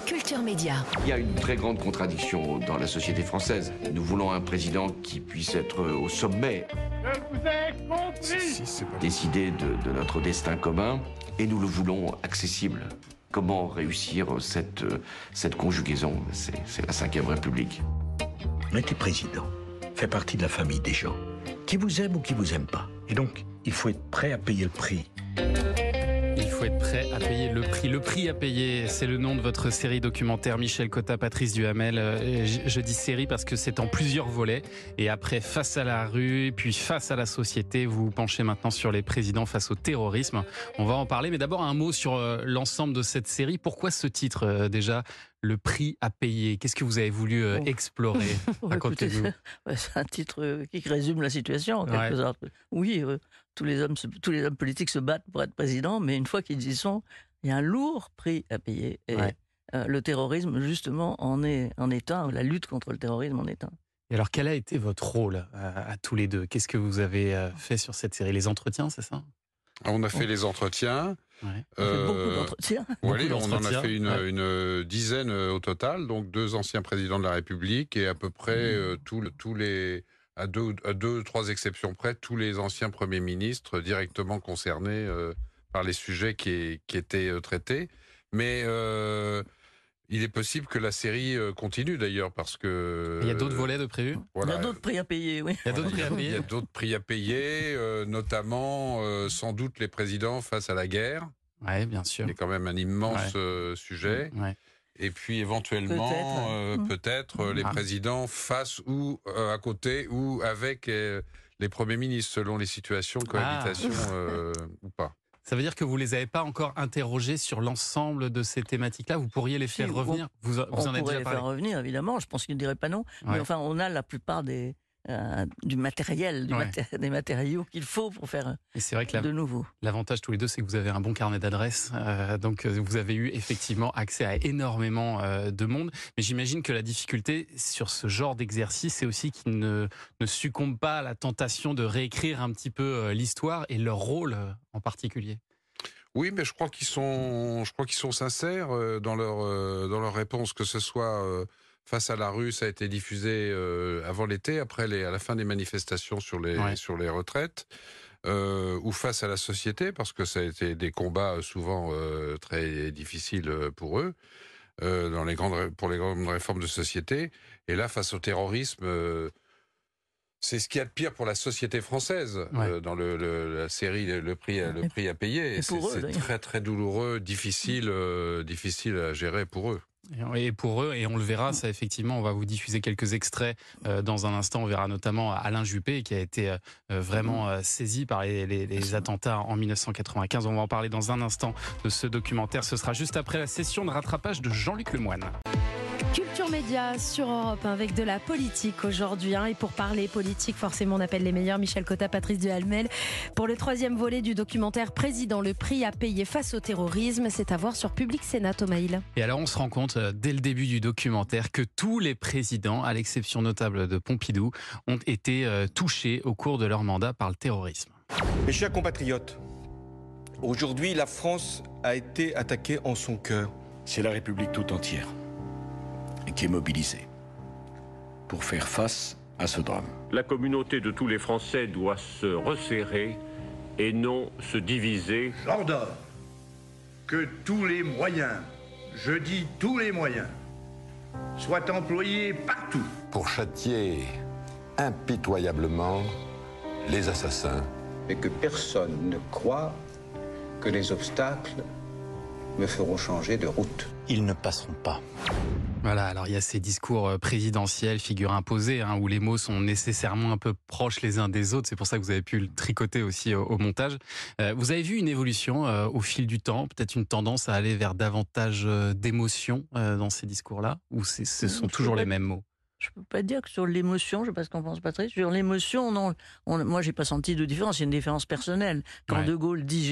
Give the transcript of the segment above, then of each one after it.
Culture Média. Il y a une très grande contradiction dans la société française. Nous voulons un président qui puisse être au sommet. Je vous ai compris. Décider de notre destin commun, et nous le voulons accessible. Comment réussir cette conjugaison? C'est la Ve République. On était président, fait partie de la famille des gens, qui vous aiment ou qui vous aiment pas. Et donc, il faut être prêt à payer le prix. Il faut être prêt à payer le prix. Le prix à payer, c'est le nom de votre série documentaire Michel Cotta, Patrice Duhamel. Je dis série parce que c'est en plusieurs volets. Et après, face à la rue, puis face à la société, vous vous penchez maintenant sur les présidents face au terrorisme. On va en parler, mais d'abord un mot sur l'ensemble de cette série. Pourquoi ce titre déjà, Le prix à payer? Qu'est-ce que vous avez voulu explorer? Racontez-nous. C'est un titre qui résume la situation, en quelque sorte. Oui, tous les hommes politiques se battent pour être président, mais une fois qu'ils y sont, il y a un lourd prix à payer. Et le terrorisme, justement, en est un. La lutte contre le terrorisme en est un. Et alors, quel a été votre rôle à tous les deux? Qu'est-ce que vous avez fait sur cette série? Les entretiens, c'est ça? On a fait les entretiens. On a fait beaucoup d'entretiens. Oui, on en a fait une dizaine au total, donc 2 anciens présidents de la République et à peu près tous les, à deux, 3 exceptions près, tous les anciens premiers ministres directement concernés par les sujets qui étaient traités. Mais il est possible que la série continue d'ailleurs parce que... Il y a d'autres volets de prévus? Voilà. Il y a d'autres prix à payer, oui. Il y a d'autres prix à payer. Il y a d'autres prix à payer, notamment sans doute les présidents face à la guerre. Oui, bien sûr. C'est quand même un immense sujet. Ouais. Et puis éventuellement, peut-être les présidents face ou à côté ou avec les premiers ministres selon les situations, cohabitation ou pas. Ça veut dire que vous ne les avez pas encore interrogés sur l'ensemble de ces thématiques-là? Vous pourriez les faire revenir? Vous en avez déjà parlé? On pourrait les faire revenir, évidemment. Je pense qu'ils ne diraient pas non. Mais enfin, on a la plupart du matériel, des matériaux qu'il faut pour faire de nouveau. L'avantage tous les deux, c'est que vous avez un bon carnet d'adresses. Donc, vous avez eu effectivement accès à énormément de monde. Mais j'imagine que la difficulté sur ce genre d'exercice, c'est aussi qu'ils ne succombent pas à la tentation de réécrire un petit peu l'histoire et leur rôle en particulier. Oui, mais je crois qu'ils sont sincères dans leur réponse, que ce soit face à la rue, ça a été diffusé avant l'été, après à la fin des manifestations sur les retraites, ou face à la société, parce que ça a été des combats souvent très difficiles pour eux, pour les grandes réformes de société. Et là, face au terrorisme, c'est ce qu'il y a de pire pour la société française dans la série Le prix à payer. C'est très très douloureux, difficile à gérer pour eux. Et pour eux, et on le verra, ça effectivement, on va vous diffuser quelques extraits dans un instant. On verra notamment Alain Juppé qui a été vraiment saisi par les attentats en 1995. On va en parler dans un instant de ce documentaire. Ce sera juste après la session de rattrapage de Jean-Luc Lemoyne. Culture Média sur Europe 1 avec de la politique aujourd'hui. Et pour parler politique, forcément, on appelle les meilleurs. Michel Cotta, Patrice Duhamel. Pour le 3e volet du documentaire Président, le prix à payer face au terrorisme, c'est à voir sur Public Sénat, Thomas Hill. Et alors, on se rend compte dès le début du documentaire que tous les présidents, à l'exception notable de Pompidou, ont été touchés au cours de leur mandat par le terrorisme. Mes chers compatriotes, aujourd'hui, la France a été attaquée en son cœur. C'est la République tout entière qui est mobilisée pour faire face à ce drame. La communauté de tous les Français doit se resserrer et non se diviser. J'ordonne que tous les moyens, je dis tous les moyens, soient employés partout pour châtier impitoyablement les assassins. Et que personne ne croit que les obstacles me feront changer de route. Ils ne passeront pas. Voilà, alors il y a ces discours présidentiels, figures imposées, où les mots sont nécessairement un peu proches les uns des autres. C'est pour ça que vous avez pu le tricoter aussi au montage. Vous avez vu une évolution au fil du temps, peut-être une tendance à aller vers davantage d'émotions dans ces discours-là, ou ce sont toujours les mêmes mots? Je ne peux pas dire que sur l'émotion, je ne sais pas ce qu'en pense Patrice, sur l'émotion, non. Moi, j'ai pas senti de différence, il y a une différence personnelle. Quand De Gaulle dit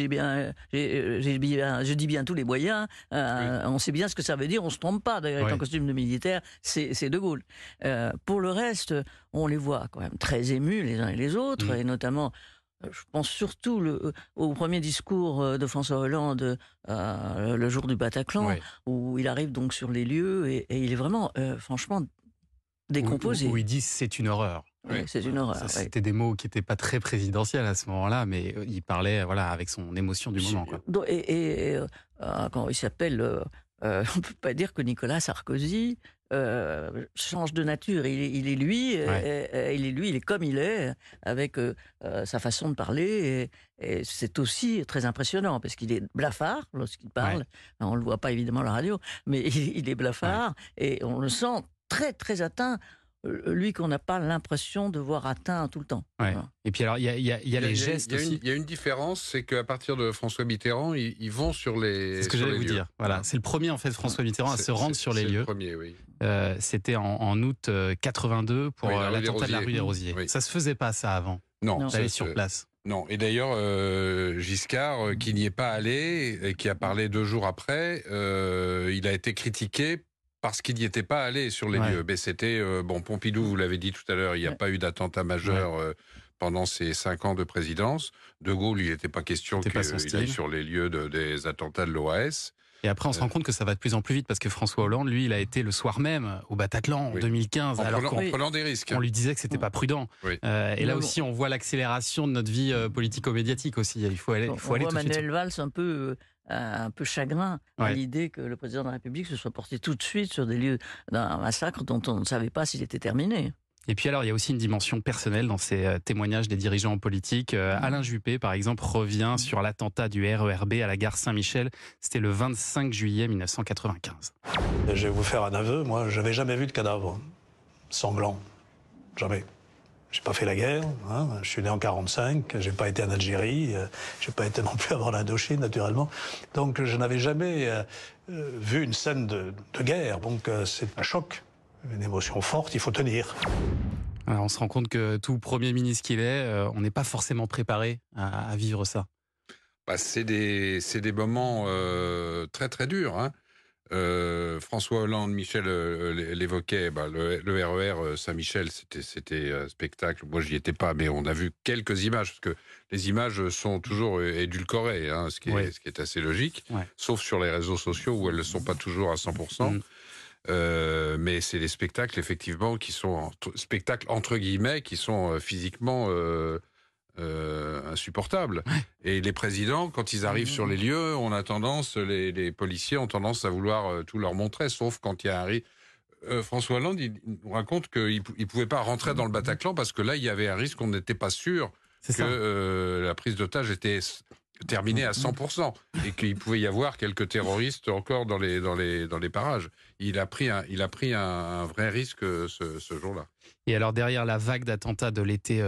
je dis bien tous les moyens, on sait bien ce que ça veut dire, on ne se trompe pas. D'ailleurs, avec un costume de militaire, c'est De Gaulle. Pour le reste, on les voit quand même très émus les uns et les autres, et notamment je pense surtout au premier discours de François Hollande le jour du Bataclan, où il arrive donc sur les lieux et il est vraiment, franchement, décomposé. Où il dit c'est une horreur. Oui, c'est une horreur. C'était des mots qui n'étaient pas très présidentiels à ce moment-là, mais il parlait avec son émotion du moment. Quoi. Quand il s'appelle, on ne peut pas dire que Nicolas Sarkozy change de nature. Il est lui, il est comme il est, avec sa façon de parler. Et c'est aussi très impressionnant, parce qu'il est blafard lorsqu'il parle. Ouais. On ne le voit pas évidemment à la radio, mais il est blafard, et on le sent très, très atteint. Lui qu'on n'a pas l'impression de voir atteint tout le temps. Ouais. Voilà. Et puis alors, il y a les gestes aussi. Il y a une différence, c'est qu'à partir de François Mitterrand, ils vont sur les. C'est ce que j'allais vous dire. Voilà, c'est le premier en fait François Mitterrand à se rendre sur les lieux. Le premier, oui. C'était en août 82 pour l'attentat de la rue des Rosiers. Oui. Ça se faisait pas ça avant. Non, d'aller sur place. Non, et d'ailleurs, Giscard, qui n'y est pas allé et qui a parlé 2 jours après, il a été critiqué parce qu'il n'y était pas allé sur les lieux. Mais c'était, Pompidou, vous l'avez dit tout à l'heure, il n'y a pas eu d'attentat majeur pendant ses 5 ans de présidence. De Gaulle, il n'était pas question qu'il aille sur les lieux des attentats de l'OAS. Et après, on se rend compte que ça va de plus en plus vite, parce que François Hollande, lui, il a été le soir même au Bataclan en 2015. En prenant des risques. On lui disait que c'était pas prudent. Oui. Et là aussi, on voit l'accélération de notre vie politico-médiatique aussi. Il faut aller tout de suite. On voit Manuel Valls un peu chagrin à l'idée que le président de la République se soit porté tout de suite sur des lieux d'un massacre dont on ne savait pas s'il était terminé. Et puis alors, il y a aussi une dimension personnelle dans ces témoignages des dirigeants politiques. Alain Juppé, par exemple, revient sur l'attentat du RER B à la gare Saint-Michel. C'était le 25 juillet 1995. Je vais vous faire un aveu. Moi, je n'avais jamais vu de cadavre sanglant. Jamais. J'ai pas fait la guerre. Je suis né en 45. J'ai pas été en Algérie. J'ai pas été non plus avant l'Indochine, naturellement. Donc, je n'avais jamais vu une scène de guerre. Donc, c'est un choc. Une émotion forte, il faut tenir. Alors on se rend compte que tout Premier ministre qu'il est, on n'est pas forcément préparé à vivre ça. C'est des moments très très durs. François Hollande, Michel l'évoquait, le RER Saint-Michel, c'était un spectacle. Moi, j'y étais pas, mais on a vu quelques images, parce que les images sont toujours édulcorées, ce qui est assez logique, sauf sur les réseaux sociaux où elles ne sont pas toujours à 100%. Mais c'est des spectacles, effectivement, qui sont spectacles entre guillemets, qui sont physiquement insupportables. Et les présidents, quand ils arrivent sur les lieux, on a tendance, les policiers ont tendance à vouloir tout leur montrer, sauf quand il y a un risque. François Hollande, il nous raconte qu'il ne pouvait pas rentrer dans le Bataclan parce que là, il y avait un risque, on n'était pas sûr que la prise d'otage était terminée à 100% et qu'il pouvait y avoir quelques terroristes encore dans les parages. Il a pris un vrai risque ce jour-là. Et alors derrière la vague d'attentats de l'été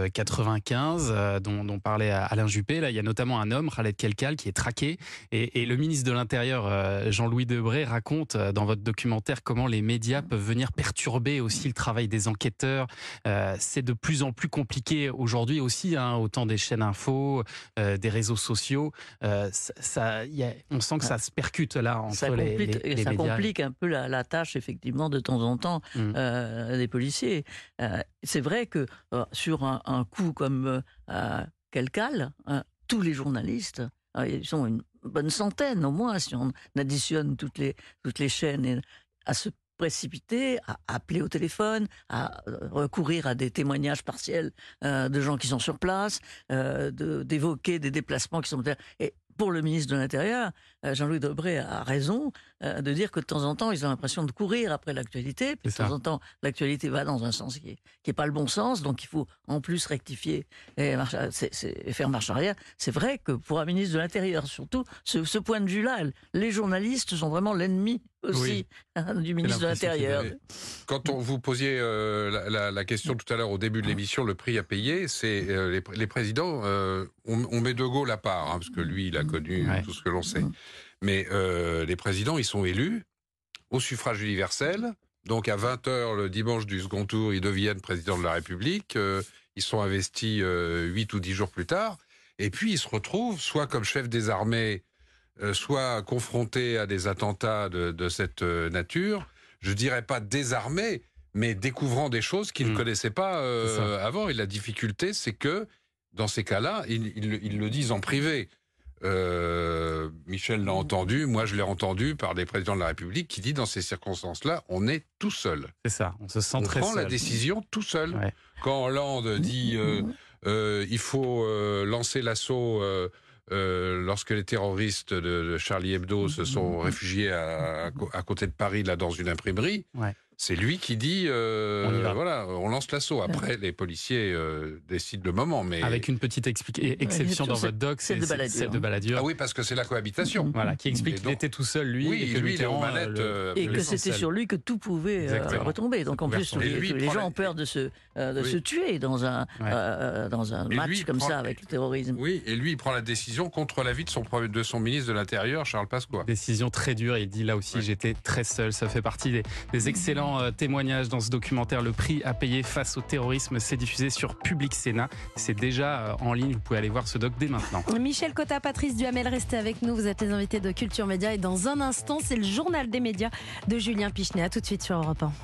95 dont parlait Alain Juppé, là il y a notamment un homme, Khaled Kelkal, qui est traqué. Et le ministre de l'Intérieur, Jean-Louis Debré, raconte dans votre documentaire comment les médias peuvent venir perturber aussi le travail des enquêteurs. C'est de plus en plus compliqué aujourd'hui aussi, autant des chaînes info, des réseaux sociaux. On sent que ça se percute là entre les médias. Ça complique un peu la tâche, effectivement, de temps en temps des policiers. C'est vrai que sur un coup comme Kelkal, tous les journalistes, ils sont une bonne centaine au moins, si on additionne toutes les chaînes, à se précipiter, à appeler au téléphone, à recourir à des témoignages partiels de gens qui sont sur place, d'évoquer des déplacements qui sont... Et pour le ministre de l'Intérieur, Jean-Louis Debré a raison de dire que de temps en temps, ils ont l'impression de courir après l'actualité. Puis de temps en temps, l'actualité va dans un sens qui est pas le bon sens. Donc il faut en plus rectifier et faire marche arrière. C'est vrai que pour un ministre de l'Intérieur, surtout, ce point de vue-là, les journalistes sont vraiment l'ennemi aussi du ministre de l'Intérieur. Quand vous posiez la question tout à l'heure au début de l'émission, le prix à payer, c'est les présidents, on met De Gaulle à part, parce que lui, il a connu tout ce que l'on sait. Mais les présidents, ils sont élus au suffrage universel. Donc à 20h le dimanche du second tour, ils deviennent président de la République. Ils sont investis 8 ou 10 jours plus tard. Et puis ils se retrouvent soit comme chef des armées, soit confrontés à des attentats de cette nature. Je dirais pas désarmés, mais découvrant des choses qu'ils ne connaissaient pas avant. Et la difficulté, c'est que dans ces cas-là, ils le disent en privé. Michel l'a entendu, moi je l'ai entendu par des présidents de la République qui dit dans ces circonstances-là, on est tout seul. C'est ça, on se sent très seul. On prend la décision tout seul. Ouais. Quand Hollande dit il faut lancer l'assaut lorsque les terroristes de Charlie Hebdo se sont réfugiés à côté de Paris, là, dans une imprimerie, c'est lui qui dit voilà, on lance l'assaut. Après, les policiers décident le moment. Mais... Avec une petite exception dans votre doc, c'est celle de Balladur. Ah oui, parce que c'est la cohabitation. Voilà, qui explique qu'il était tout seul, lui, et que lui, il est aux manettes. Et que c'était sur lui que tout pouvait retomber. Donc en plus, les gens ont peur de se tuer dans un match comme ça avec le terrorisme. Oui, et lui, il prend la décision contre l'avis de son ministre de l'Intérieur, Charles Pasqua. Décision très dure. Il dit là aussi, j'étais très seul. Ça fait partie des excellents témoignages dans ce documentaire. Le prix à payer face au terrorisme, c'est diffusé sur Public Sénat. C'est déjà en ligne. Vous pouvez aller voir ce doc dès maintenant. Michel Cotta, Patrice Duhamel, restez avec nous. Vous êtes les invités de Culture Média et dans un instant, c'est le journal des médias de Julien Pichenet. À tout de suite sur Europe 1.